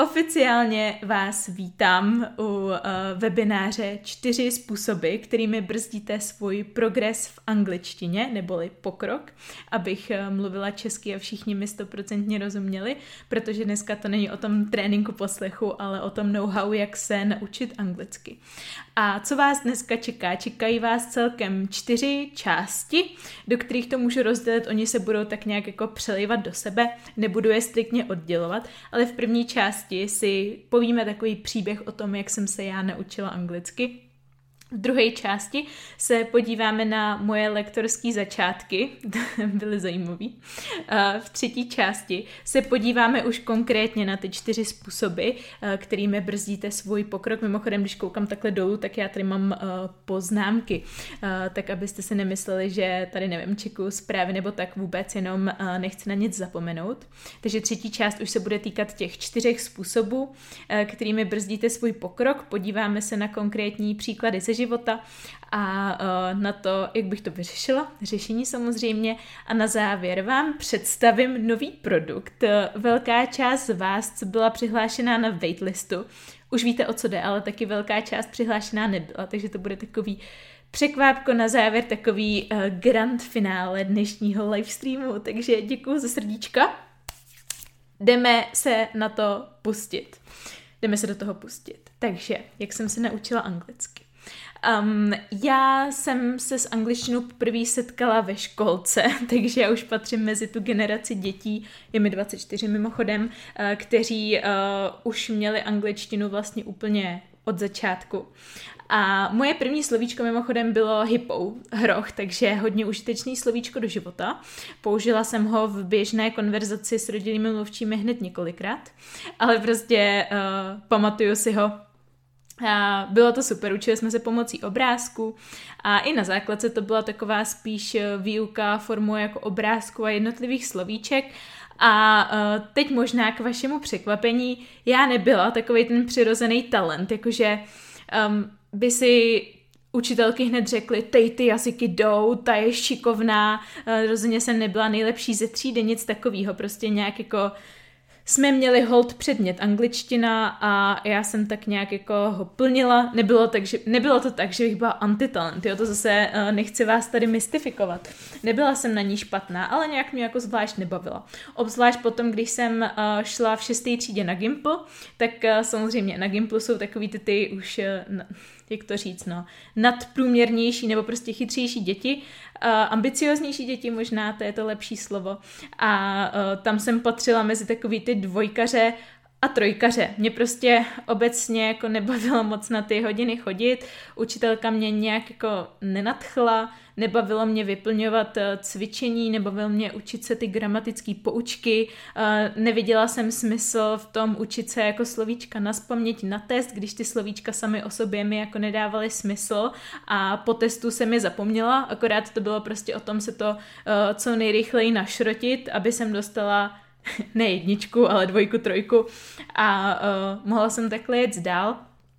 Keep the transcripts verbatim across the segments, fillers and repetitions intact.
Oficiálně vás vítám u uh, webináře čtyři způsoby, kterými brzdíte svůj progres v angličtině, neboli pokrok, abych uh, mluvila česky a všichni mi stoprocentně rozuměli, protože dneska to není o tom tréninku poslechu, ale o tom know-how, jak se naučit anglicky. A co vás dneska čeká? Čekají vás celkem čtyři části, do kterých to můžu rozdělit, oni se budou tak nějak jako přelejvat do sebe, nebudu je striktně oddělovat, ale v první části si povíme takový příběh o tom, jak jsem se já naučila anglicky. V druhé části se podíváme na moje lektorské začátky, byly zajímavý. V třetí části se podíváme už konkrétně na ty čtyři způsoby, kterými brzdíte svůj pokrok. Mimochodem, když koukám takhle dolů, tak já tady mám poznámky, tak abyste si nemysleli, že tady nevím, čekuju zprávy nebo tak vůbec, jenom nechci na nic zapomenout. Takže třetí část už se bude týkat těch čtyřech způsobů, kterými brzdíte svůj pokrok. Podíváme se na konkrétní příklady ze života a uh, na to, jak bych to vyřešila, řešení samozřejmě, a na závěr vám představím nový produkt. Velká část z vás, co byla přihlášená na waitlistu, už víte, o co jde, ale taky velká část přihlášená nebyla, takže to bude takový překvápko na závěr, takový uh, grand finále dnešního livestreamu, takže děkuju za srdíčka. Jdeme se na to pustit. Jdeme se do toho pustit. Takže, jak jsem se naučila anglicky. Um, já jsem se s angličtinou poprvé setkala ve školce, takže já už patřím mezi tu generaci dětí, je mi dvacet čtyři mimochodem, uh, kteří uh, už měli angličtinu vlastně úplně od začátku. A moje první slovíčko mimochodem bylo hippou, hroch, takže hodně užitečný slovíčko do života. Použila jsem ho v běžné konverzaci s rodilými mluvčími hned několikrát, ale prostě uh, pamatuju si ho. A bylo to super, učili jsme se pomocí obrázku a i na základce to byla taková spíš výuka formou jako obrázku a jednotlivých slovíček. A uh, teď možná k vašemu překvapení, já nebyla takovej ten přirozený talent, jakože um, by si učitelky hned řekly, tej ty jazyky jdou, ta je šikovná, uh, rozhodně jsem nebyla nejlepší ze třídy, nic takového, prostě nějak jako jsme měli hold předmět angličtina a já jsem tak nějak jako ho plnila. Nebylo, tak, že, nebylo to tak, že bych byla antitalent, jo, to zase uh, nechci vás tady mystifikovat. Nebyla jsem na ní špatná, ale nějak mě jako zvlášť nebavila. Obzvlášť potom, když jsem uh, šla v šesté třídě na Gimpl, tak uh, samozřejmě na Gimplu jsou takový ty, ty už, uh, jak to říct, no, nadprůměrnější nebo prostě chytřejší děti, uh, ambicioznější děti možná, to je to lepší slovo. A uh, tam jsem patřila mezi takový ty dvojkaře a trojkaře. Mě prostě obecně jako nebavilo moc na ty hodiny chodit, učitelka mě nějak jako nenadchla, nebavilo mě vyplňovat cvičení, nebavilo mě učit se ty gramatické poučky, neviděla jsem smysl v tom učit se jako slovíčka nazpaměť na test, když ty slovíčka samy o sobě mi jako nedávaly smysl a po testu jsem je zapomněla, akorát to bylo prostě o tom se to co nejrychleji našrotit, aby jsem dostala ne jedničku, ale dvojku, trojku a uh, mohla jsem takhle jet dál.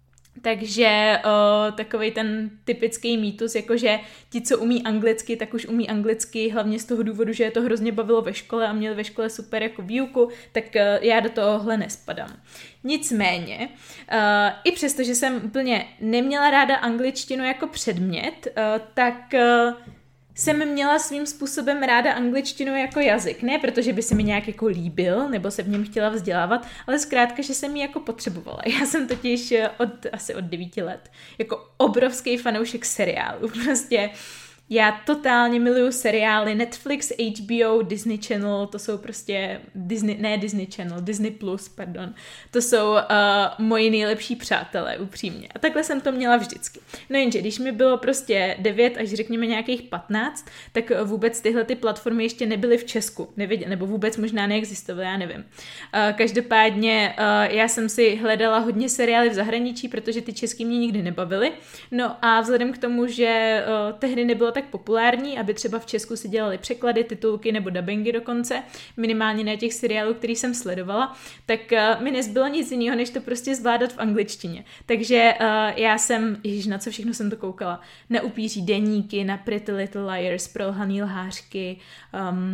Takže uh, takovej ten typický mýtus, jakože ti, co umí anglicky, tak už umí anglicky, hlavně z toho důvodu, že je to hrozně bavilo ve škole a měli ve škole super jako výuku, tak uh, já do tohohle nespadám. Nicméně, uh, i přesto, že jsem úplně neměla ráda angličtinu jako předmět, uh, tak uh, jsem měla svým způsobem ráda angličtinu jako jazyk. Ne protože by se mi nějak jako líbil, nebo se v něm chtěla vzdělávat, ale zkrátka, že jsem ji jako potřebovala. Já jsem totiž od, asi od devíti let jako obrovský fanoušek seriálu. Prostě já totálně miluju seriály Netflix, H B O, Disney Channel, to jsou prostě Disney, ne Disney Channel, Disney Plus, pardon. To jsou uh, moji nejlepší přátelé, upřímně. A takhle jsem to měla vždycky. No jenže, když mi bylo prostě devět až řekněme nějakých patnáct, tak vůbec tyhle ty platformy ještě nebyly v Česku, nevěděl, nebo vůbec možná neexistovaly, já nevím. Uh, každopádně uh, já jsem si hledala hodně seriály v zahraničí, protože ty český mě nikdy nebavily. No a vzhledem k tomu, že uh, tehdy nebylo tak populární, aby třeba v Česku si dělali překlady, titulky nebo dabingy dokonce, minimálně na těch seriálů, který jsem sledovala, tak uh, mi nezbylo nic jiného, než to prostě zvládat v angličtině. Takže uh, já jsem, ježiš, na co všechno jsem to koukala, na Upíří deníky, na Pretty Little Liars, Prolhaný lhářky, um,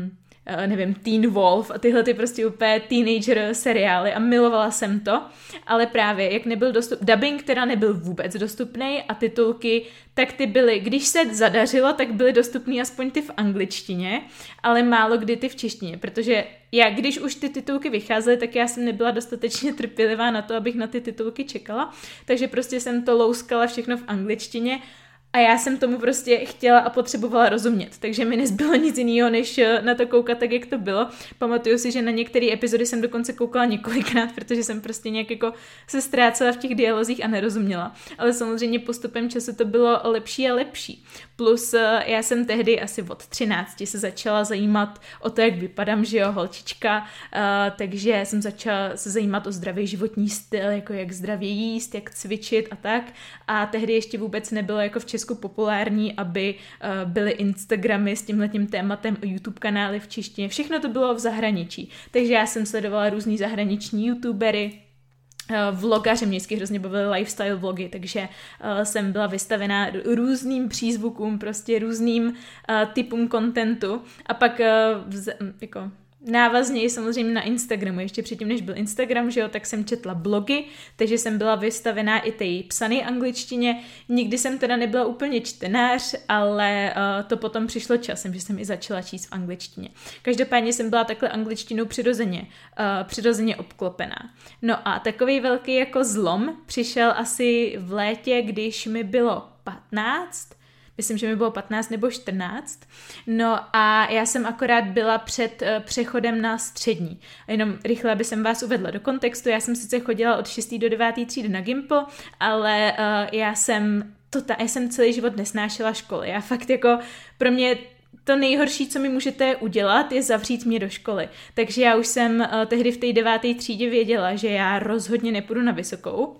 nevím, Teen Wolf a tyhle ty prostě úplně teenager seriály a milovala jsem to, ale právě jak nebyl dostupný, dubbing teda nebyl vůbec dostupný a titulky, tak ty byly, když se zadařilo, tak byly dostupný aspoň ty v angličtině, ale málo kdy ty v češtině, protože já, když už ty titulky vycházely, tak já jsem nebyla dostatečně trpělivá na to, abych na ty titulky čekala, takže prostě jsem to louskala všechno v angličtině. A já jsem tomu prostě chtěla a potřebovala rozumět, takže mi nezbylo nic jiného, než na to koukat tak, jak to bylo. Pamatuju si, že na některé epizody jsem dokonce koukala několikrát, protože jsem prostě nějak jako se ztrácela v těch dialozích a nerozuměla. Ale samozřejmě postupem času to bylo lepší a lepší. Plus já jsem tehdy asi od třinácti se začala zajímat o to, jak vypadám, že jo, holčička, takže jsem začala se zajímat o zdravý životní styl, jako jak zdravě jíst, jak cvičit a tak. A tehdy ještě vůbec nebylo jako v Česku populární, aby uh, byly Instagramy s tímhletím tématem, YouTube kanály v češtině. Všechno to bylo v zahraničí. Takže já jsem sledovala různý zahraniční youtubery, uh, vlogaře, mě vždycky hrozně bavily lifestyle vlogy, takže uh, jsem byla vystavená různým přízvukům, prostě různým uh, typům kontentu a pak uh, vz, jako návazněji samozřejmě na Instagramu, ještě předtím, než byl Instagram, že jo, tak jsem četla blogy, takže jsem byla vystavená i té psané angličtině. Nikdy jsem teda nebyla úplně čtenář, ale uh, to potom přišlo časem, že jsem i začala číst v angličtině. Každopádně jsem byla takhle angličtinou přirozeně, uh, přirozeně obklopená. No a takový velký jako zlom přišel asi v létě, když mi bylo patnáct, myslím, že mi bylo patnáct nebo čtrnáct. No a já jsem akorát byla před uh, přechodem na střední. A jenom rychle, aby jsem vás uvedla do kontextu. Já jsem sice chodila od šesté do deváté třídy na Gimple, ale uh, já jsem to ta, já jsem celý život nesnášela školy. Já fakt jako, pro mě to nejhorší, co mi můžete udělat, je zavřít mě do školy. Takže já už jsem uh, tehdy v té deváté třídě věděla, že já rozhodně nepůjdu na vysokou.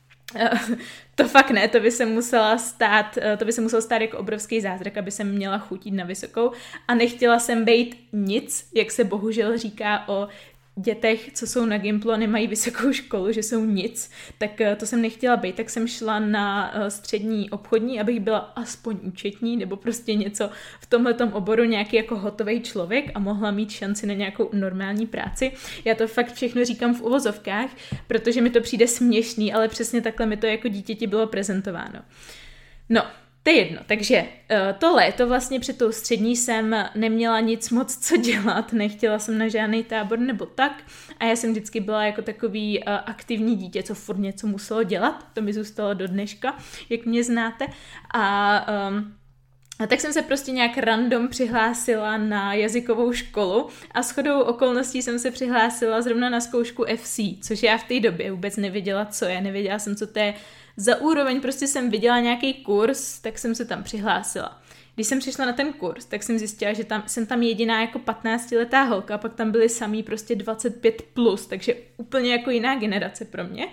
To fakt ne, to by se musela stát, to by se muselo stát jako obrovský zázrak, aby jsem měla chuť jít na vysokou a nechtěla jsem být nic, jak se bohužel říká o dětech, co jsou na Gimplu a nemají vysokou školu, že jsou nic, tak to jsem nechtěla být, tak jsem šla na střední obchodní, abych byla aspoň účetní, nebo prostě něco v tomhletom oboru, nějaký jako hotovej člověk a mohla mít šanci na nějakou normální práci. Já to fakt všechno říkám v uvozovkách, protože mi to přijde směšný, ale přesně takhle mi to jako dítěti bylo prezentováno. No, to je jedno, takže to léto vlastně před tou střední jsem neměla nic moc co dělat, nechtěla jsem na žádný tábor nebo tak a já jsem vždycky byla jako takový aktivní dítě, co furt něco muselo dělat, to mi zůstalo do dneška, jak mě znáte a... Um, A tak jsem se prostě nějak random přihlásila na jazykovou školu a shodou okolností jsem se přihlásila zrovna na zkoušku F C, což já v té době vůbec nevěděla, co je, nevěděla jsem, co to je za úroveň, prostě jsem viděla nějaký kurz, tak jsem se tam přihlásila. Když jsem přišla na ten kurz, tak jsem zjistila, že tam, jsem tam jediná jako patnáctiletá holka, pak tam byly samý prostě dvacet pět plus, takže úplně jako jiná generace pro mě.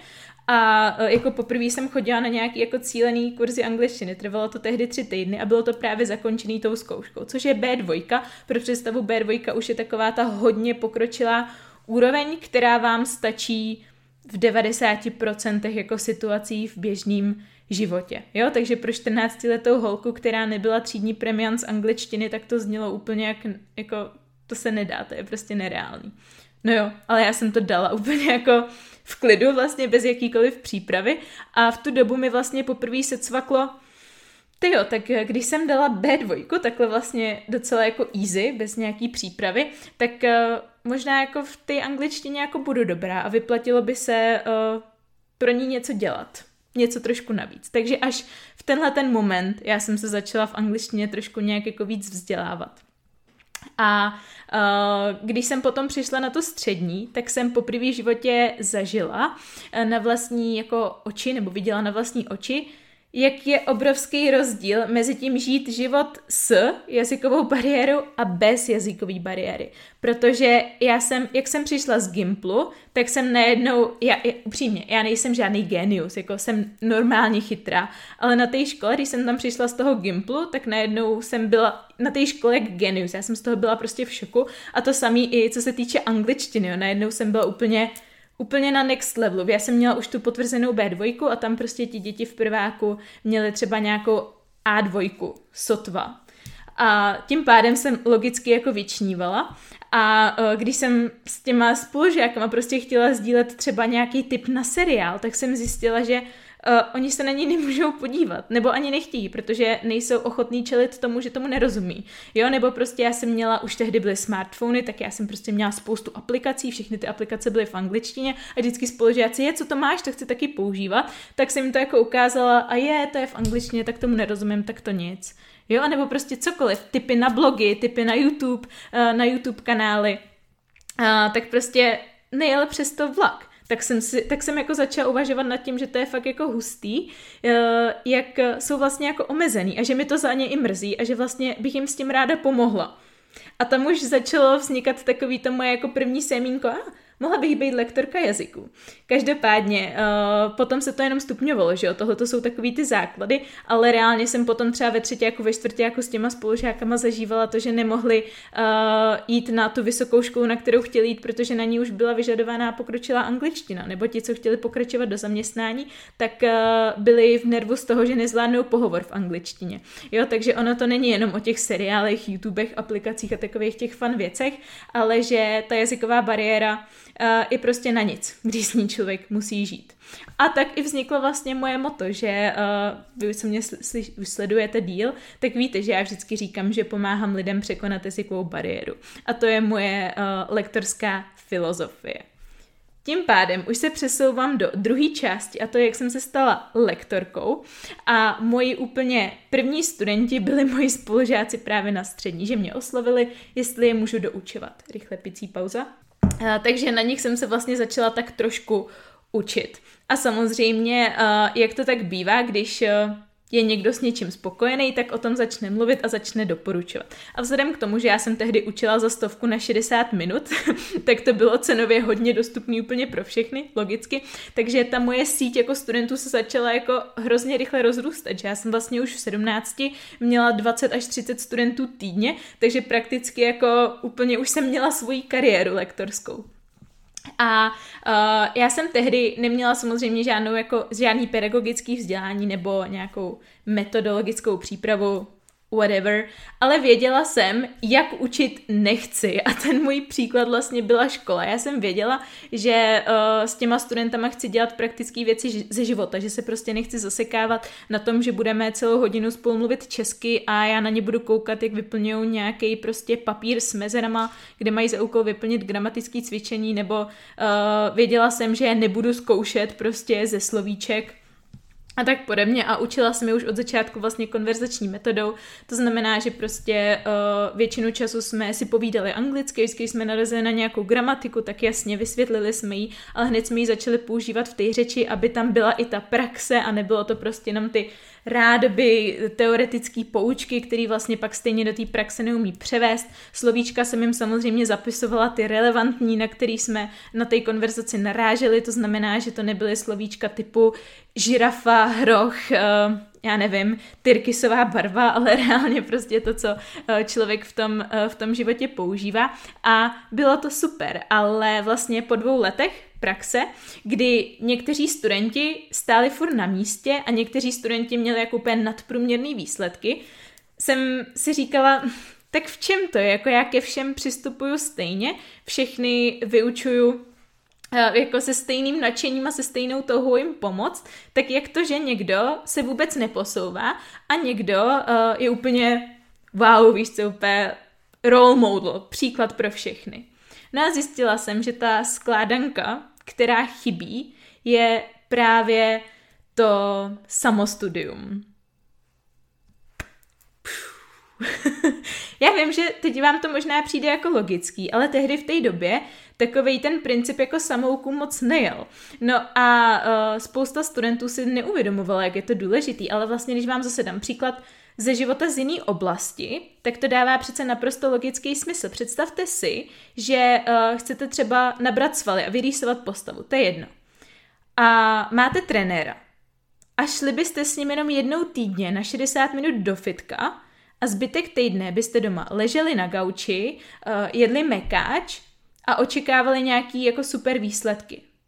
A jako poprvé jsem chodila na nějaký jako cílený kurzy angličtiny. Trvalo to tehdy tři týdny a bylo to právě zakončený tou zkouškou, což je bé dva. Pro představu bé dva už je taková ta hodně pokročilá úroveň, která vám stačí v devadesáti procentech jako situací v běžném životě. Jo? Takže pro čtrnáctiletou holku, která nebyla třídní premiant z angličtiny, tak to znělo úplně jak, jako, to se nedá, to je prostě nereálný. No jo, ale já jsem to dala úplně jako v klidu, vlastně bez jakýkoliv přípravy a v tu dobu mi vlastně poprvé se cvaklo, tyjo, tak když jsem dala bé dva, takhle vlastně docela jako easy, bez nějaký přípravy, tak uh, možná jako v té angličtině jako budu dobrá a vyplatilo by se uh, pro ní něco dělat. Něco trošku navíc. Takže až v tenhle ten moment já jsem se začala v angličtině trošku nějak jako víc vzdělávat. A uh, když jsem potom přišla na to střední, tak jsem poprvé v životě zažila na vlastní jako oči, nebo viděla na vlastní oči, jak je obrovský rozdíl mezi tím žít život s jazykovou bariérou a bez jazykové bariéry. Protože já jsem, jak jsem přišla z Gimplu, tak jsem najednou, já, já, upřímně, já nejsem žádný genius, jako jsem normálně chytrá, ale na té škole, když jsem tam přišla z toho Gimplu, tak najednou jsem byla na té škole jak genius, já jsem z toho byla prostě v šoku a to samý i co se týče angličtiny, jo. Najednou jsem byla úplně Úplně na next levelu. Já jsem měla už tu potvrzenou bé dva a tam prostě ti děti v prváku měly třeba nějakou á dva, sotva. A tím pádem jsem logicky jako vyčnívala. A když jsem s těma spolužákama prostě chtěla sdílet třeba nějaký tip na seriál, tak jsem zjistila, že Uh, oni se na něj nemůžou podívat, nebo ani nechtějí, protože nejsou ochotní čelit tomu, že tomu nerozumí. Jo, nebo prostě já jsem měla, už tehdy byly smartfony, tak já jsem prostě měla spoustu aplikací, všechny ty aplikace byly v angličtině a vždycky spolužáci, je, co to máš, to chci taky používat, tak jsem jim to jako ukázala a je, to je v angličtině, tak tomu nerozumím, tak to nic. Jo, nebo prostě cokoliv, tipy na blogy, tipy na YouTube, uh, na YouTube kanály, uh, tak prostě nejel přes to vlak. Tak jsem, si, tak jsem jako začala uvažovat nad tím, že to je fakt jako hustý, jak jsou vlastně jako omezený a že mi to za ně i mrzí a že vlastně bych jim s tím ráda pomohla. A tam už začalo vznikat takový to moje jako první semínko, a mohla bych být lektorka jazyku. Každopádně, uh, potom se to jenom stupňovalo, že jo, tohle to jsou takový ty základy, ale reálně jsem potom třeba ve třetí jako ve čtvrtě jako s těma spolužákama zažívala to, že nemohli uh, jít na tu vysokou školu, na kterou chtěli jít, protože na ní už byla vyžadovaná pokročilá angličtina, nebo ti, co chtěli pokračovat do zaměstnání, tak uh, byli v nervu z toho, že nezvládnou pohovor v angličtině. Jo, takže ono to není jenom o těch seriálech, YouTubech, aplikacích a takových těch fun věcech, ale že ta jazyková bariéra Uh, je prostě na nic, když s ní člověk musí žít. A tak i vzniklo vlastně moje motto, že uh, vy se mě sli- už sledujete díl, tak víte, že já vždycky říkám, že pomáhám lidem překonat jazykovou bariéru. A to je moje uh, lektorská filozofie. Tím pádem už se přesouvám do druhé části a to je, jak jsem se stala lektorkou a moji úplně první studenti byli moji spolužáci právě na střední, že mě oslovili, jestli je můžu doučovat. Rychle picí pauza. Uh, takže na nich jsem se vlastně začala tak trošku učit. A samozřejmě, uh, jak to tak bývá, když uh, je někdo s něčím spokojený, tak o tom začne mluvit a začne doporučovat. A vzhledem k tomu, že já jsem tehdy učila za stovku na šedesát minut, tak to bylo cenově hodně dostupný úplně pro všechny, logicky. Takže ta moje síť jako studentů se začala jako hrozně rychle rozrůstat, že já jsem vlastně už v sedmnácti měla dvacet až třicet studentů týdně, takže prakticky jako úplně už jsem měla svoji kariéru lektorskou. A uh, já jsem tehdy neměla samozřejmě žádnou jako, žádný pedagogický vzdělání nebo nějakou metodologickou přípravu, whatever, ale věděla jsem, jak učit nechci a ten můj příklad vlastně byla škola. Já jsem věděla, že uh, s těma studentama chci dělat praktické věci ze života, že se prostě nechci zasekávat na tom, že budeme celou hodinu spolu mluvit česky a já na ně budu koukat, jak vyplňují nějaký prostě papír s mezerama, kde mají za úkol vyplnit gramatické cvičení, nebo uh, věděla jsem, že nebudu zkoušet prostě ze slovíček a tak podobně a učila jsem je už od začátku vlastně konverzační metodou, to znamená, že prostě uh, většinu času jsme si povídali anglicky, vždycky jsme narazili na nějakou gramatiku, tak jasně vysvětlili jsme ji, ale hned jsme ji začali používat v té řeči, aby tam byla i ta praxe a nebylo to prostě jenom ty rádoby teoretické poučky, který vlastně pak stejně do té praxe neumí převést. Slovíčka jsem jim samozřejmě zapisovala ty relevantní, na který jsme na té konverzaci naráželi, to znamená, že to nebyly slovíčka typu žirafa, hroch, uh, já nevím, tyrkysová barva, ale reálně prostě to, co uh, člověk v tom, uh, v tom životě používá. A bylo to super, ale vlastně po dvou letech praxe, kdy někteří studenti stáli furt na místě a někteří studenti měli jako úplně nadprůměrný výsledky, jsem si říkala, tak v čem to je? Jako já ke všem přistupuju stejně, všechny vyučuju jako se stejným nadšením a se stejnou touhou jim pomoct, tak jak to, že někdo se vůbec neposouvá a někdo uh, je úplně wow, víš co, úplně role model, příklad pro všechny. No a zjistila jsem, že ta skládanka, která chybí, je právě to samostudium. Já vím, že teď vám to možná přijde jako logický, ale tehdy v té době takovej ten princip jako samouku moc nejel. No a uh, spousta studentů si neuvědomovala, jak je to důležitý, ale vlastně, když vám zase dám příklad ze života z jiné oblasti, tak to dává přece naprosto logický smysl. Představte si, že uh, chcete třeba nabrat svaly a vyrýsovat postavu, to je jedno. A máte trenéra a šli byste s ním jenom jednou týdně na šedesát minut do fitka a zbytek týdne byste doma leželi na gauči, uh, jedli mekáč a očekávali nějaký jako super výsledky.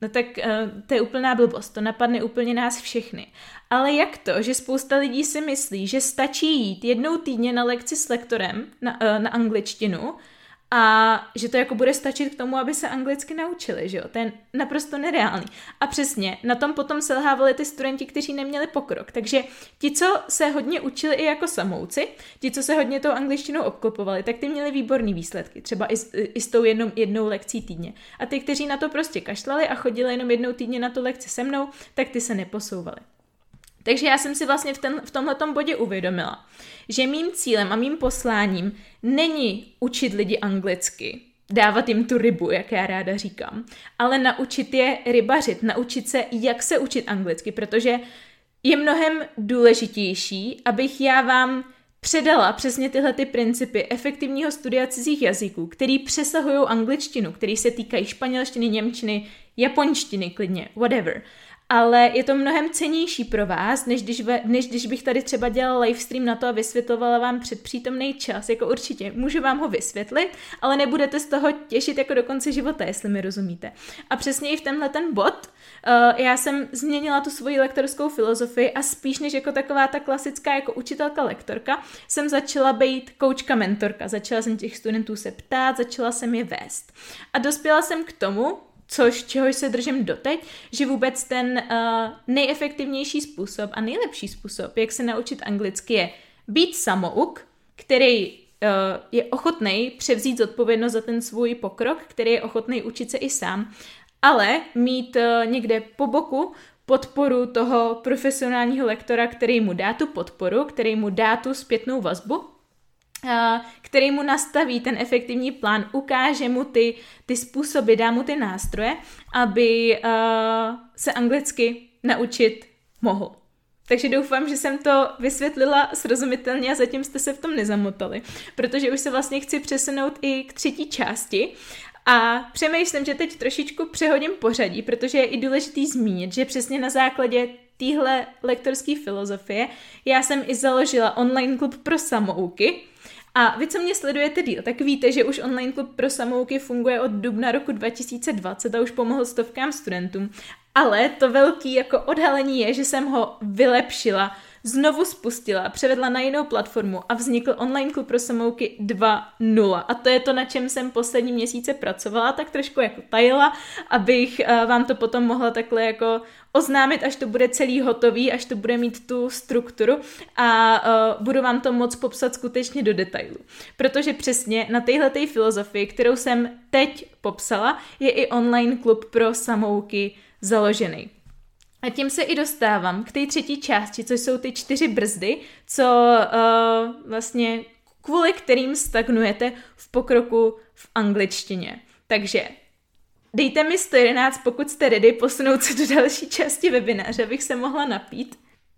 No tak uh, to je úplná blbost, to napadne úplně nás všechny. Ale jak to, že spousta lidí si myslí, že stačí jít jednou týdně na lekci s lektorem na, uh, na angličtinu a že to jako bude stačit k tomu, aby se anglicky naučili, že jo? To je naprosto nereálný. A přesně, na tom potom selhávali ty studenti, kteří neměli pokrok. Takže ti, co se hodně učili i jako samouci, ti, co se hodně tou angličtinou obklopovali, tak ty měli výborný výsledky, třeba i s, i s tou jednou, jednou lekcí týdně. A ty, kteří na to prostě kašlali a chodili jenom jednou týdně na tu lekci se mnou, tak ty se neposouvali. Takže já jsem si vlastně v, ten, v tomhletom bodě uvědomila, že mým cílem a mým posláním není učit lidi anglicky, dávat jim tu rybu, jak já ráda říkám, ale naučit je rybařit, naučit se, jak se učit anglicky, protože je mnohem důležitější, abych já vám předala přesně tyhle ty principy efektivního studia cizích jazyků, který přesahují angličtinu, který se týkají španělštiny, němčiny, japonštiny klidně, whatever. Ale je to mnohem cennější pro vás, než když, ve, než když bych tady třeba dělala livestream na to a vysvětlovala vám předpřítomný čas. Jako určitě, můžu vám ho vysvětlit, ale nebudete z toho těšit jako do konce života, jestli mi rozumíte. A přesně i v tenhle ten bod uh, já jsem změnila tu svoji lektorskou filozofii a spíš než jako taková ta klasická jako učitelka lektorka, jsem začala být koučka mentorka. Začala jsem těch studentů se ptát, začala jsem je vést. A dospěla jsem k tomu, což čehož se držím doteď, že vůbec ten uh, nejefektivnější způsob a nejlepší způsob, jak se naučit anglicky, je být samouk, který uh, je ochotnej převzít zodpovědnost za ten svůj pokrok, který je ochotnej učit se i sám, ale mít uh, někde po boku podporu toho profesionálního lektora, který mu dá tu podporu, který mu dá tu zpětnou vazbu, který mu nastaví ten efektivní plán, ukáže mu ty, ty způsoby, dá mu ty nástroje, aby uh, se anglicky naučit mohl. Takže doufám, že jsem to vysvětlila srozumitelně a zatím jste se v tom nezamotali, protože už se vlastně chci přesunout i k třetí části a přemýšlím, že teď trošičku přehodím pořadí, protože je i důležitý zmínit, že přesně na základě téhle lektorské filozofie já jsem i založila online klub pro samouky. A vy, co mě sledujete díl, tak víte, že už online klub pro samouky funguje od dubna roku dva tisíce dvacet a už pomohl stovkám studentům. Ale to velký jako odhalení je, že jsem ho vylepšila, znovu spustila, převedla na jinou platformu a vznikl online klub pro samouky dva tečka nula. A to je to, na čem jsem poslední měsíce pracovala, tak trošku jako tajila, abych vám to potom mohla takhle jako oznámit, až to bude celý hotový, až to bude mít tu strukturu a uh, budu vám to moc popsat skutečně do detailu. Protože přesně na téhletej filozofii, kterou jsem teď popsala, je i online klub pro samouky založený. A tím se i dostávám k té třetí části, což jsou ty čtyři brzdy, co uh, vlastně kvůli kterým stagnujete v pokroku v angličtině. Takže dejte mi sto jedenáct, pokud jste ready posunout se do další části webináře, abych se mohla napít.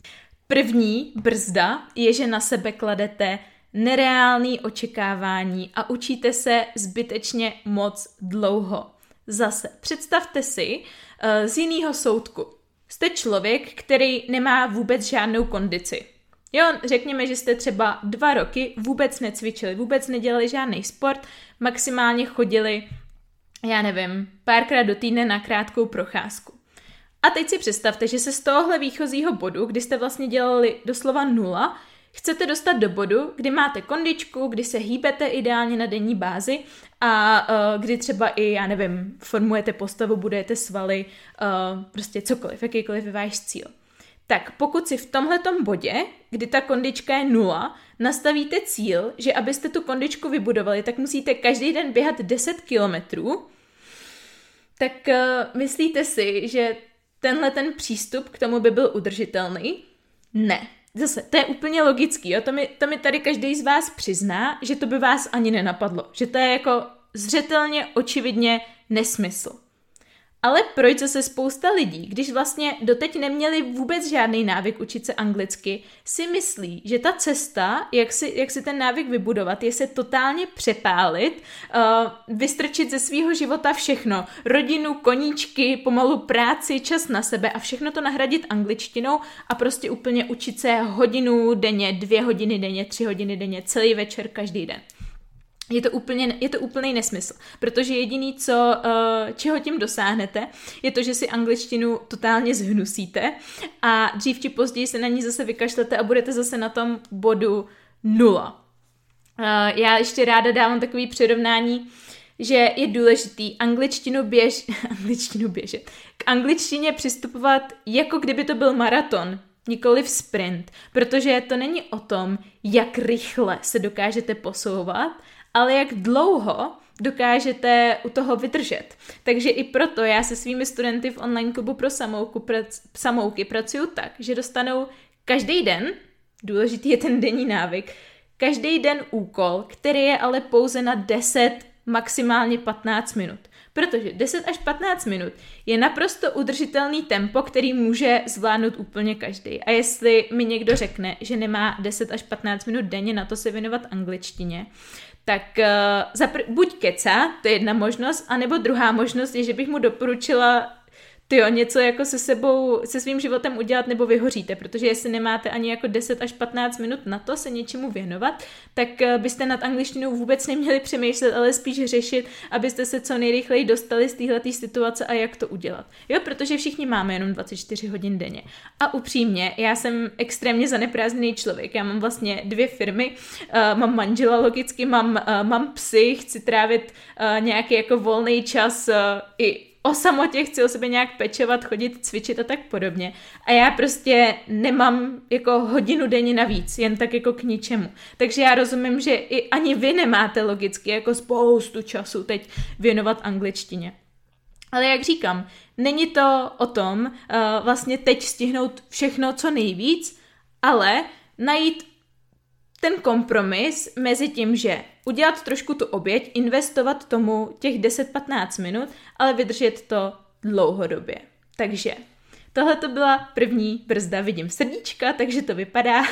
První brzda je, že na sebe kladete nereálné očekávání a učíte se zbytečně moc dlouho. Zase, představte si uh, z jiného soudku. Jste člověk, který nemá vůbec žádnou kondici. Jo, řekněme, že jste třeba dva roky vůbec necvičili, vůbec nedělali žádný sport, maximálně chodili, já nevím, párkrát do týdne na krátkou procházku. A teď si představte, že se z tohohle výchozího bodu, kdy jste vlastně dělali doslova nula, chcete dostat do bodu, kdy máte kondičku, kdy se hýbete ideálně na denní bázi a uh, kdy třeba i, já nevím, formujete postavu, budujete svaly, uh, prostě cokoliv, jakýkoliv je váš cíl. Tak pokud si v tomhletom bodě, kdy ta kondička je nula, nastavíte cíl, že abyste tu kondičku vybudovali, tak musíte každý den běhat deset kilometrů, tak uh, myslíte si, že tenhle ten přístup k tomu by byl udržitelný? Ne. Zase, to je úplně logický, jo? To, mi, to mi tady každý z vás přizná, že to by vás ani nenapadlo, že to je jako zřetelně, očividně nesmysl. Ale proč zase spousta lidí, když vlastně doteď neměli vůbec žádný návyk učit se anglicky, si myslí, že ta cesta, jak si, jak si ten návyk vybudovat, je se totálně přepálit, uh, vystrčit ze svého života všechno, rodinu, koníčky, pomalu práci, čas na sebe a všechno to nahradit angličtinou a prostě úplně učit se hodinu denně, dvě hodiny denně, tři hodiny denně, celý večer, každý den. Je to, úplně, je to úplný nesmysl, protože jediný, co, uh, čeho tím dosáhnete, je to, že si angličtinu totálně zhnusíte a dřív či později se na ní zase vykašlete a budete zase na tom bodu nula. Uh, já ještě ráda dávám takový přirovnání, že je důležitý angličtinu, běž, angličtinu běžet. K angličtině přistupovat, jako kdyby to byl maraton, nikoliv sprint, protože to není o tom, jak rychle se dokážete posouvat, ale jak dlouho dokážete u toho vydržet. Takže i proto já se svými studenty v online klubu pro samouku, prac, samouky pracuju tak, že dostanou každý den, důležitý je ten denní návyk, každý den úkol, který je ale pouze na deset, maximálně patnáct minut. Protože deset až patnáct minut je naprosto udržitelný tempo, který může zvládnout úplně každý. A jestli mi někdo řekne, že nemá deset až patnáct minut denně na to se věnovat angličtině, tak uh, zapr- buď kecá, to je jedna možnost, anebo druhá možnost je, že bych mu doporučila tyjo, něco jako se sebou, se svým životem udělat, nebo vyhoříte, protože jestli nemáte ani jako deset až patnáct minut na to se něčemu věnovat, tak uh, byste nad angličtinou vůbec neměli přemýšlet, ale spíš řešit, abyste se co nejrychleji dostali z téhleté situace a jak to udělat. Jo, protože všichni máme jenom dvacet čtyři hodin denně. A upřímně, já jsem extrémně zaneprázdněný člověk. Já mám vlastně dvě firmy, uh, mám manžela logicky, mám, uh, mám psy, chci trávit uh, nějaký jako volný čas uh, i o samotě, chci o sebe nějak pečovat, chodit, cvičit a tak podobně. A já prostě nemám jako hodinu denně navíc, jen tak jako k ničemu. Takže já rozumím, že i ani vy nemáte logicky jako spoustu času teď věnovat angličtině. Ale jak říkám, není to o tom uh, vlastně teď stihnout všechno co nejvíc, ale najít ten kompromis mezi tím, že udělat trošku tu oběť, investovat tomu těch deset patnáct minut, ale vydržet to dlouhodobě. Takže tohle to byla první brzda, vidím srdíčka, takže to vypadá,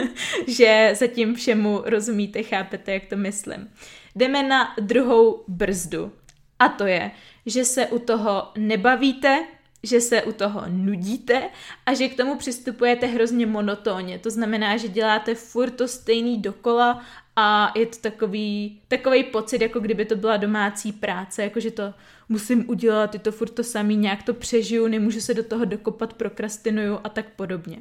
že zatím všemu rozumíte, chápete, jak to myslím. Jdeme na druhou brzdu a to je, že se u toho nebavíte, že se u toho nudíte a že k tomu přistupujete hrozně monotónně. To znamená, že děláte furt to stejný dokola a je to takový, takový pocit, jako kdyby to byla domácí práce, jakože to musím udělat, je to furt to samý, nějak to přežiju, nemůžu se do toho dokopat, prokrastinuju a tak podobně.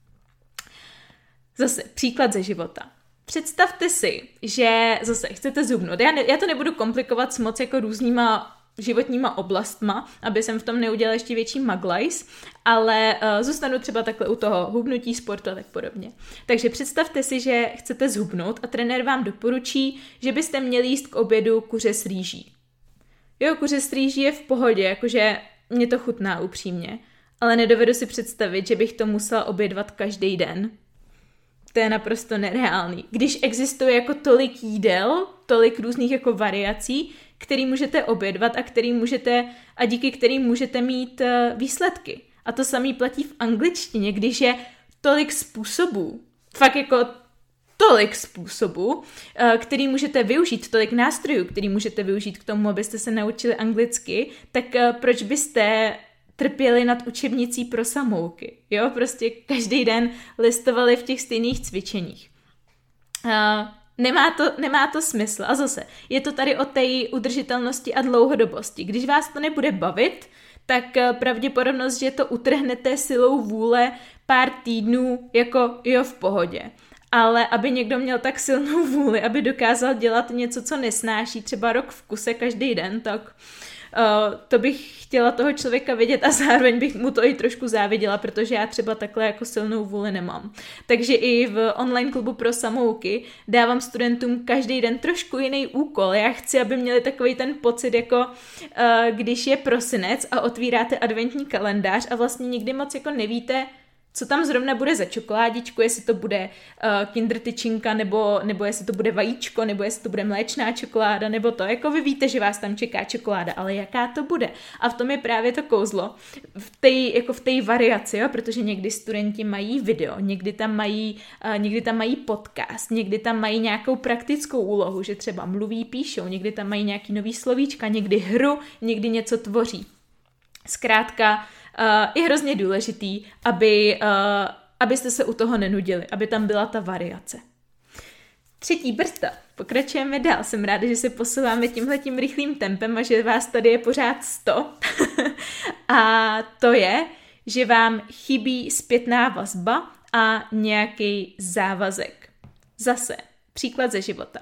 Zase příklad ze života. Představte si, že zase chcete zhubnout. Já, ne, já to nebudu komplikovat s moc jako různýma životníma oblastma, aby jsem v tom neudělala ještě větší maglajs, ale uh, zůstanu třeba takhle u toho hubnutí, sportu a tak podobně. Takže představte si, že chcete zhubnout a trenér vám doporučí, že byste měli jíst k obědu kuře s rýží. Jo, kuře s rýží je v pohodě, jakože mě to chutná upřímně, ale nedovedu si představit, že bych to musela obědvat každý den. To je naprosto nereálný. Když existuje jako tolik jídel, tolik různých jako variací, který můžete obědvat a který můžete, a díky kterým můžete mít uh, výsledky. A to samé platí v angličtině, když je tolik způsobů, fakt jako tolik způsobů, uh, který můžete využít, tolik nástrojů, který můžete využít k tomu, abyste se naučili anglicky, tak uh, proč byste trpěli nad učebnicí pro samouky? Jo, prostě každý den listovali v těch stejných cvičeních. Uh, Nemá to, nemá to smysl. A zase, je to tady o té udržitelnosti a dlouhodobosti. Když vás to nebude bavit, tak pravděpodobnost, že to utrhnete silou vůle pár týdnů, jako jo, v pohodě. Ale aby někdo měl tak silnou vůli, aby dokázal dělat něco, co nesnáší, třeba rok v kuse každý den, tak uh, to bych chtěla toho člověka vidět a zároveň bych mu to i trošku záviděla, protože já třeba takhle jako silnou vůli nemám. Takže i v online klubu pro samouky dávám studentům každý den trošku jiný úkol. Já chci, aby měli takový ten pocit, jako uh, když je prosinec a otvíráte adventní kalendář a vlastně nikdy moc jako nevíte, co tam zrovna bude za čokoládičku, jestli to bude uh, Kinder tyčinka, nebo, nebo jestli to bude vajíčko, nebo jestli to bude mléčná čokoláda, nebo to. Jako vy víte, že vás tam čeká čokoláda, ale jaká to bude? A v tom je právě to kouzlo. V té jako v té variaci, jo? Protože někdy studenti mají video, někdy tam mají, uh, někdy tam mají podcast, někdy tam mají nějakou praktickou úlohu, že třeba mluví, píšou, někdy tam mají nějaký nový slovíčka, někdy hru, někdy něco tvoří. Zkrátka, Uh, je hrozně důležitý, aby, uh, abyste se u toho nenudili, aby tam byla ta variace. Třetí brzda. Pokračujeme dál. Jsem ráda, že se posouváme tímhletím rychlým tempem a že vás tady je pořád sto. A to je, že vám chybí zpětná vazba a nějaký závazek. Zase, příklad ze života.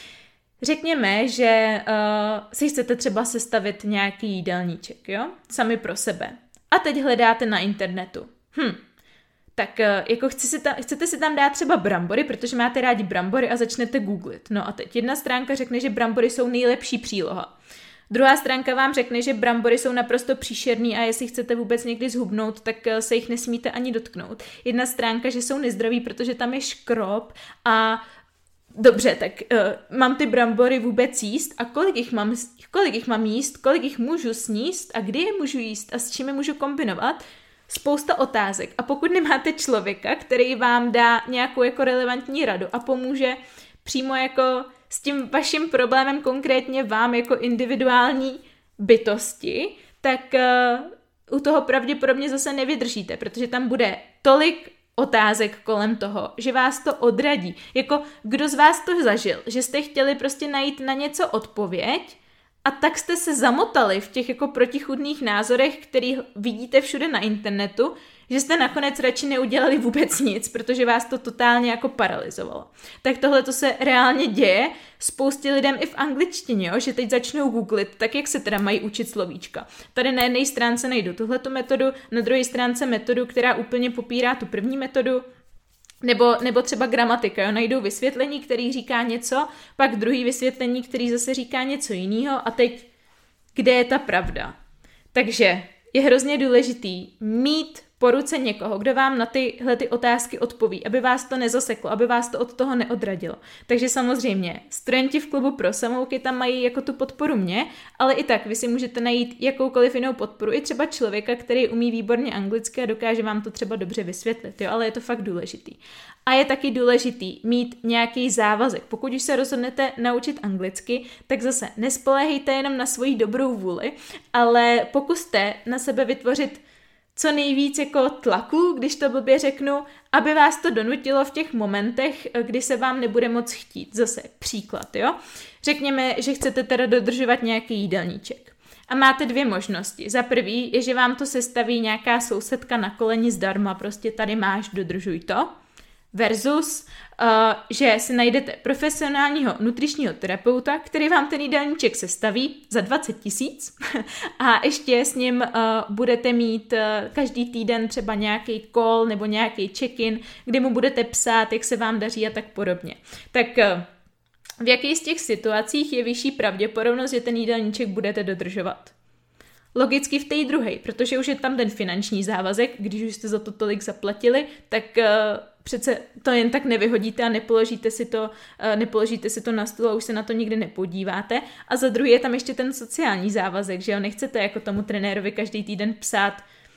Řekněme, že uh, si chcete třeba sestavit nějaký jídelníček, jo? Sami pro sebe. A teď hledáte na internetu. Hm, tak uh, jako chci si tam, chcete si tam dát třeba brambory, protože máte rádi brambory a začnete googlit. No a teď jedna stránka řekne, že brambory jsou nejlepší příloha. Druhá stránka vám řekne, že brambory jsou naprosto příšerný a jestli chcete vůbec někdy zhubnout, tak se jich nesmíte ani dotknout. Jedna stránka, že jsou nezdraví, protože tam je škrob a dobře, tak uh, mám ty brambory vůbec jíst a kolik jich, mám, kolik jich mám jíst, kolik jich můžu sníst a kdy je můžu jíst a s čím je můžu kombinovat? Spousta otázek. A pokud nemáte člověka, který vám dá nějakou jako relevantní radu a pomůže přímo jako s tím vaším problémem konkrétně vám jako individuální bytosti, tak uh, u toho pravděpodobně zase nevydržíte, protože tam bude tolik otázek kolem toho, že vás to odradí. Jako kdo z vás to zažil, že jste chtěli prostě najít na něco odpověď a tak jste se zamotali v těch jako protichůdných názorech, který vidíte všude na internetu, že jste nakonec radši neudělali vůbec nic, protože vás to totálně jako paralyzovalo. Tak tohle to se reálně děje spoustě lidem i v angličtině, jo? Že teď začnou googlit, tak jak se teda mají učit slovíčka. Tady na jedné stránce najdu tuhletu metodu, na druhé stránce metodu, která úplně popírá tu první metodu, nebo, nebo třeba gramatika, jo? Najdou vysvětlení, který říká něco, pak druhý vysvětlení, který zase říká něco jiného a teď kde je ta pravda. Takže je hrozně důležitý mít po ruce někoho, kdo vám na tyhle ty otázky odpoví, aby vás to nezaseklo, aby vás to od toho neodradilo. Takže samozřejmě, studenti v klubu pro samouky tam mají jako tu podporu mě, ale i tak vy si můžete najít jakoukoliv jinou podporu, i třeba člověka, který umí výborně anglicky a dokáže vám to třeba dobře vysvětlit, jo, ale je to fakt důležitý. A je taky důležitý mít nějaký závazek. Pokud už se rozhodnete naučit anglicky, tak zase nespoléhejte jenom na svoji dobrou vůli, ale pokuste na sebe vytvořit co nejvíc jako tlaku, když to blbě řeknu, aby vás to donutilo v těch momentech, kdy se vám nebude moc chtít. Zase příklad, jo? Řekněme, že chcete teda dodržovat nějaký jídelníček. A máte dvě možnosti. Za prvý je, že vám to sestaví nějaká sousedka na koleni zdarma, prostě tady máš, dodržuj to. Versus, uh, že si najdete profesionálního nutričního terapeuta, který vám ten jídelníček sestaví za dvacet tisíc a ještě s ním uh, budete mít uh, každý týden třeba nějaký call nebo nějaký check-in, kdy mu budete psát, jak se vám daří a tak podobně. Tak uh, v jakých z těch situacích je vyšší pravděpodobnost, že ten jídelníček budete dodržovat? Logicky v té druhé, protože už je tam ten finanční závazek, když už jste za to tolik zaplatili, tak uh, přece to jen tak nevyhodíte a nepoložíte si to, uh, nepoložíte si to na stůl a už se na to nikdy nepodíváte. A za druhé je tam ještě ten sociální závazek, že jo, nechcete jako tomu trenérovi každý týden psát,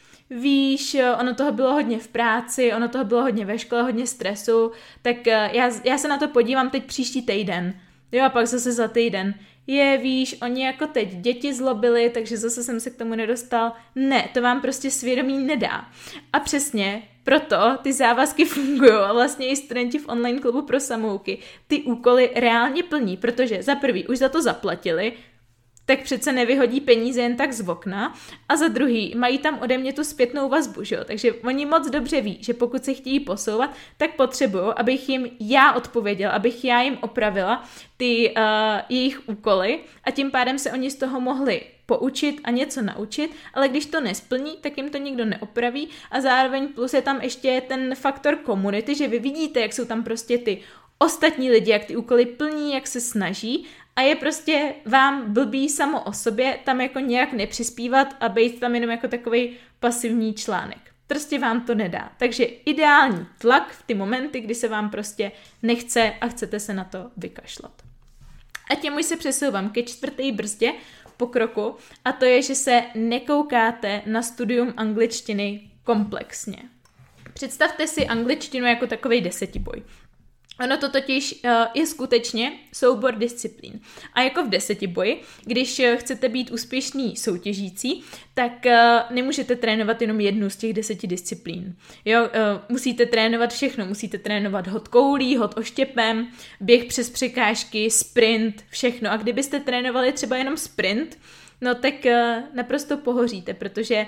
víš, ono toho bylo hodně v práci, ono toho bylo hodně ve škole, hodně stresu, tak uh, já, já se na to podívám teď příští týden. Jo, a pak zase za týden. Je, víš, oni jako teď děti zlobili, takže zase jsem se k tomu nedostal. Ne, to vám prostě svědomí nedá. A přesně proto ty závazky fungují a vlastně i studenti v online klubu pro samouky ty úkoly reálně plní, protože za prvý už za to zaplatili, tak přece nevyhodí peníze jen tak z okna a za druhý mají tam ode mě tu zpětnou vazbu, že jo? Takže oni moc dobře ví, že pokud se chtějí posouvat, tak potřebují, abych jim já odpověděla, abych já jim opravila ty uh, jejich úkoly a tím pádem se oni z toho mohli poučit a něco naučit, ale když to nesplní, tak jim to nikdo neopraví a zároveň plus je tam ještě ten faktor komunity, že vy vidíte, jak jsou tam prostě ty ostatní lidi, jak ty úkoly plní, jak se snaží a je prostě vám blbý samo o sobě tam jako nějak nepřispívat a být tam jenom jako takovej pasivní článek. Prostě vám to nedá. Takže ideální tlak v ty momenty, kdy se vám prostě nechce a chcete se na to vykašlat. A tím už se přesouvám ke čtvrté brzdě pokroku a to je, že se nekoukáte na studium angličtiny komplexně. Představte si angličtinu jako takovej desetiboj. Ono to totiž uh, je skutečně soubor disciplín. A jako v desetiboji, když uh, chcete být úspěšný soutěžící, tak uh, nemůžete trénovat jenom jednu z těch deseti disciplín. Jo, uh, musíte trénovat všechno. Musíte trénovat hod koulí, hod oštěpem, běh přes překážky, sprint, všechno. A kdybyste trénovali třeba jenom sprint, no tak uh, naprosto pohoříte, protože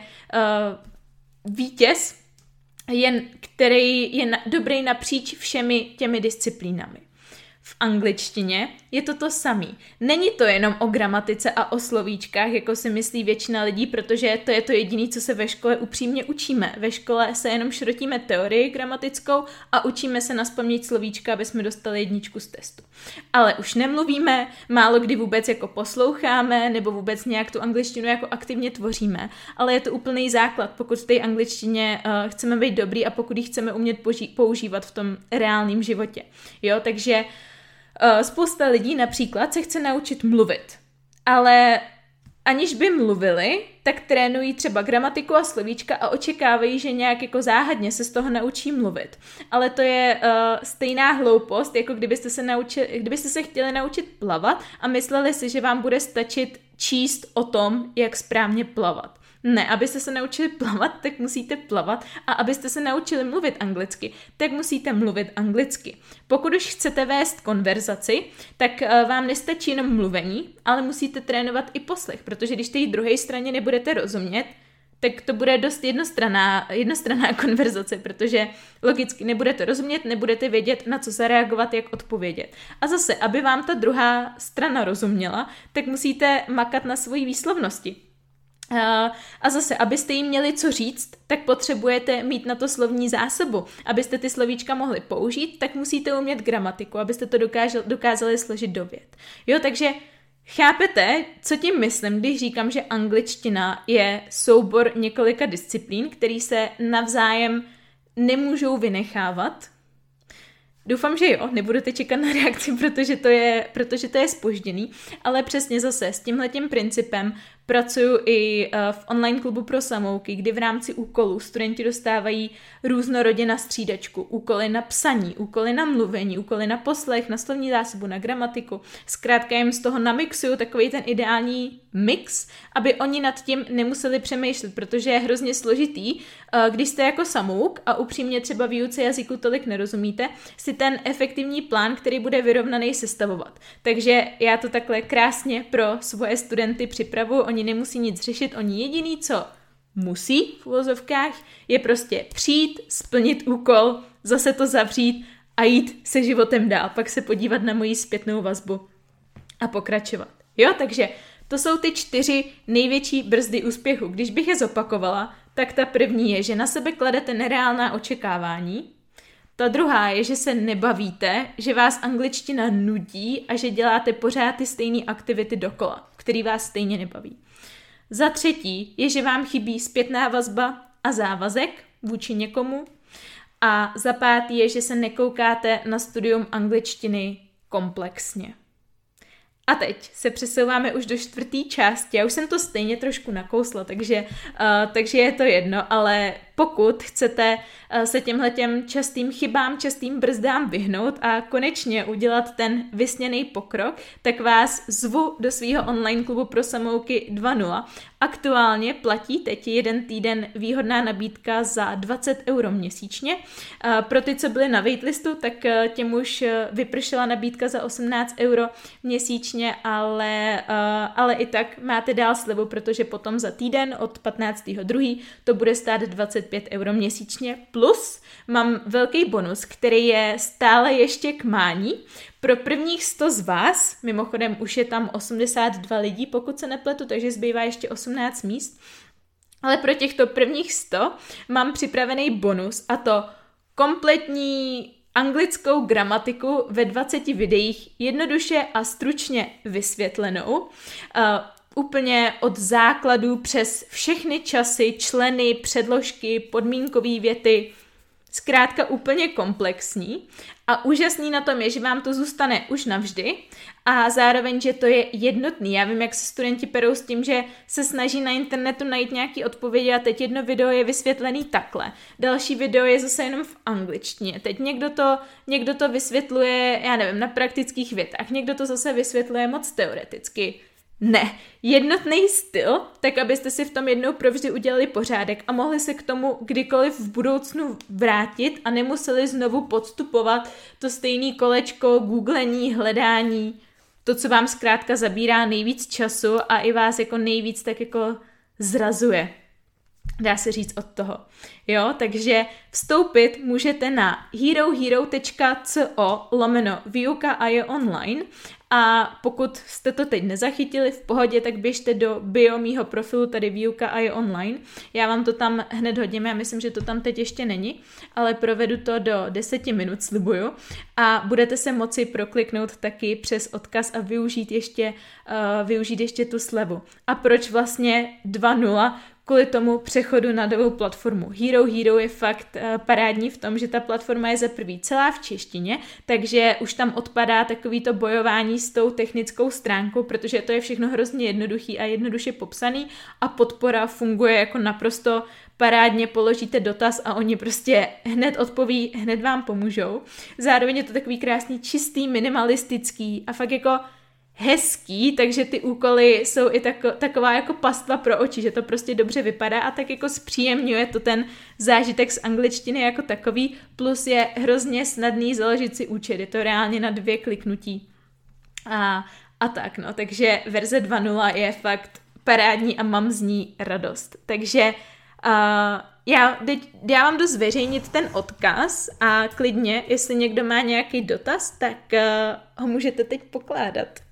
uh, vítěz je, který je na, dobrý napříč všemi těmi disciplínami. V angličtině je to to samý. Není to jenom o gramatice a o slovíčkách, jako si myslí většina lidí, protože to je to jediné, co se ve škole upřímně učíme. Ve škole se jenom šrotíme teorii gramatickou a učíme se nazpaměť slovíčka, aby jsme dostali jedničku z testu. Ale už nemluvíme, málo kdy vůbec jako posloucháme, nebo vůbec nějak tu angličtinu jako aktivně tvoříme, ale je to úplný základ, pokud v té angličtině uh, chceme být dobrý a pokud ji chceme umět poži- používat v tom reálném životě. Jo, takže Uh, spousta lidí například se chce naučit mluvit, ale aniž by mluvili, tak trénují třeba gramatiku a slovíčka a očekávají, že nějak jako záhadně se z toho naučí mluvit. Ale to je uh, stejná hloupost, jako kdybyste se, naučili, kdybyste se chtěli naučit plavat a mysleli si, že vám bude stačit číst o tom, jak správně plavat. Ne, abyste se naučili plavat, tak musíte plavat a abyste se naučili mluvit anglicky, tak musíte mluvit anglicky. Pokud už chcete vést konverzaci, tak uh, vám nestačí jenom mluvení, ale musíte trénovat i poslech, protože když té druhé straně nebudete rozumět, tak to bude dost jednostranná, jednostranná konverzace, protože logicky nebudete rozumět, nebudete vědět, na co zareagovat, jak odpovědět. A zase, aby vám ta druhá strana rozuměla, tak musíte makat na svojí výslovnosti. Uh, a zase, abyste jim měli co říct, tak potřebujete mít na to slovní zásobu. Abyste ty slovíčka mohli použít, tak musíte umět gramatiku, abyste to dokážel, dokázali složit do vět. Jo, takže chápete, co tím myslím, když říkám, že angličtina je soubor několika disciplín, který se navzájem nemůžou vynechávat? Doufám, že jo, nebudete čekat na reakci, protože to je, protože to je zpožděný, ale přesně zase s tímhletím principem pracuju i v online klubu pro samouky, kdy v rámci úkolů studenti dostávají různorodě na střídačku, úkoly na psaní, úkoly na mluvení, úkoly na poslech, na slovní zásobu, na gramatiku. Zkrátka jim z toho namixuju takový ten ideální mix, aby oni nad tím nemuseli přemýšlet, protože je hrozně složitý, když jste jako samouk a upřímně třeba výuce jazyku tolik nerozumíte, si ten efektivní plán, který bude vyrovnaný, sestavovat. Takže já to takhle krásně pro svoje studenty připravuju, oni nemusí nic řešit, oni jediný, co musí v uvozovkách, je prostě přijít, splnit úkol, zase to zavřít a jít se životem dál, pak se podívat na moji zpětnou vazbu a pokračovat. Jo, takže to jsou ty čtyři největší brzdy úspěchu. Když bych je zopakovala, tak ta první je, že na sebe kladete nereálná očekávání. Ta druhá je, že se nebavíte, že vás angličtina nudí a že děláte pořád ty stejné aktivity dokola, který vás stejně nebaví. Za třetí je, že vám chybí zpětná vazba a závazek vůči někomu. A za pátý je, že se nekoukáte na studium angličtiny komplexně. A teď se přesouváme už do čtvrté části. Já už jsem to stejně trošku nakousla, takže, uh, takže je to jedno, ale pokud chcete uh, se těmhletěm častým chybám, častým brzdám vyhnout a konečně udělat ten vysněný pokrok, tak vás zvu do svého online klubu pro samouky dva nula. Aktuálně platí teď jeden týden výhodná nabídka za dvacet euro měsíčně. Uh, pro ty, co byli na waitlistu, tak uh, těm už uh, vypršela nabídka za osmnáct euro měsíčně, ale, uh, ale i tak máte dál slevu, protože potom za týden od patnáctého druhého to bude stát dvacet pět euro měsíčně, plus mám velký bonus, který je stále ještě k mání. Pro prvních sto z vás, mimochodem už je tam osmdesát dva lidí, pokud se nepletu, takže zbývá ještě osmnáct míst, ale pro těchto prvních sto mám připravený bonus, a to kompletní anglickou gramatiku ve dvaceti videích, jednoduše a stručně vysvětlenou, uh, úplně od základů přes všechny časy, členy, předložky, podmínkové věty, zkrátka úplně komplexní a úžasný na tom je, že vám to zůstane už navždy a zároveň, že to je jednotný. Já vím, jak se studenti perou s tím, že se snaží na internetu najít nějaký odpovědi a teď jedno video je vysvětlený takhle. Další video je zase jenom v angličtině. Teď někdo to, někdo to vysvětluje, já nevím, na praktických větách, někdo to zase vysvětluje moc teoreticky. Ne, jednotný styl, tak abyste si v tom jednou provždy udělali pořádek a mohli se k tomu kdykoliv v budoucnu vrátit a nemuseli znovu podstupovat to stejné kolečko, googlení, hledání, to, co vám zkrátka zabírá nejvíc času a i vás jako nejvíc tak jako zrazuje. Dá se říct od toho. Jo, takže vstoupit můžete na herohero.co lomeno výuka a je online a pokud jste to teď nezachytili v pohodě, tak běžte do bio mýho profilu, tady výuka a je online. Já vám to tam hned hodím, já myslím, že to tam teď ještě není, ale provedu to do deseti minut, slibuju. A budete se moci prokliknout taky přes odkaz a využít ještě, uh, využít ještě tu slevu. A proč vlastně dva nula? Kvůli tomu přechodu na novou platformu. Hero Hero je fakt uh, parádní v tom, že ta platforma je za prvý celá v češtině, takže už tam odpadá takový to bojování s tou technickou stránkou, protože to je všechno hrozně jednoduchý a jednoduše popsaný a podpora funguje jako naprosto parádně, položíte dotaz a oni prostě hned odpoví, hned vám pomůžou. Zároveň je to takový krásný, čistý, minimalistický a fakt jako hezký, takže ty úkoly jsou i tako, taková jako pastva pro oči, že to prostě dobře vypadá a tak jako zpříjemňuje to ten zážitek z angličtiny jako takový, plus je hrozně snadný založit si účet, je to reálně na dvě kliknutí a, a tak no, takže verze dva nula je fakt parádní a mám z ní radost, takže uh, já, teď, já vám jdu zveřejnit ten odkaz a klidně, jestli někdo má nějaký dotaz, tak uh, ho můžete teď pokládat.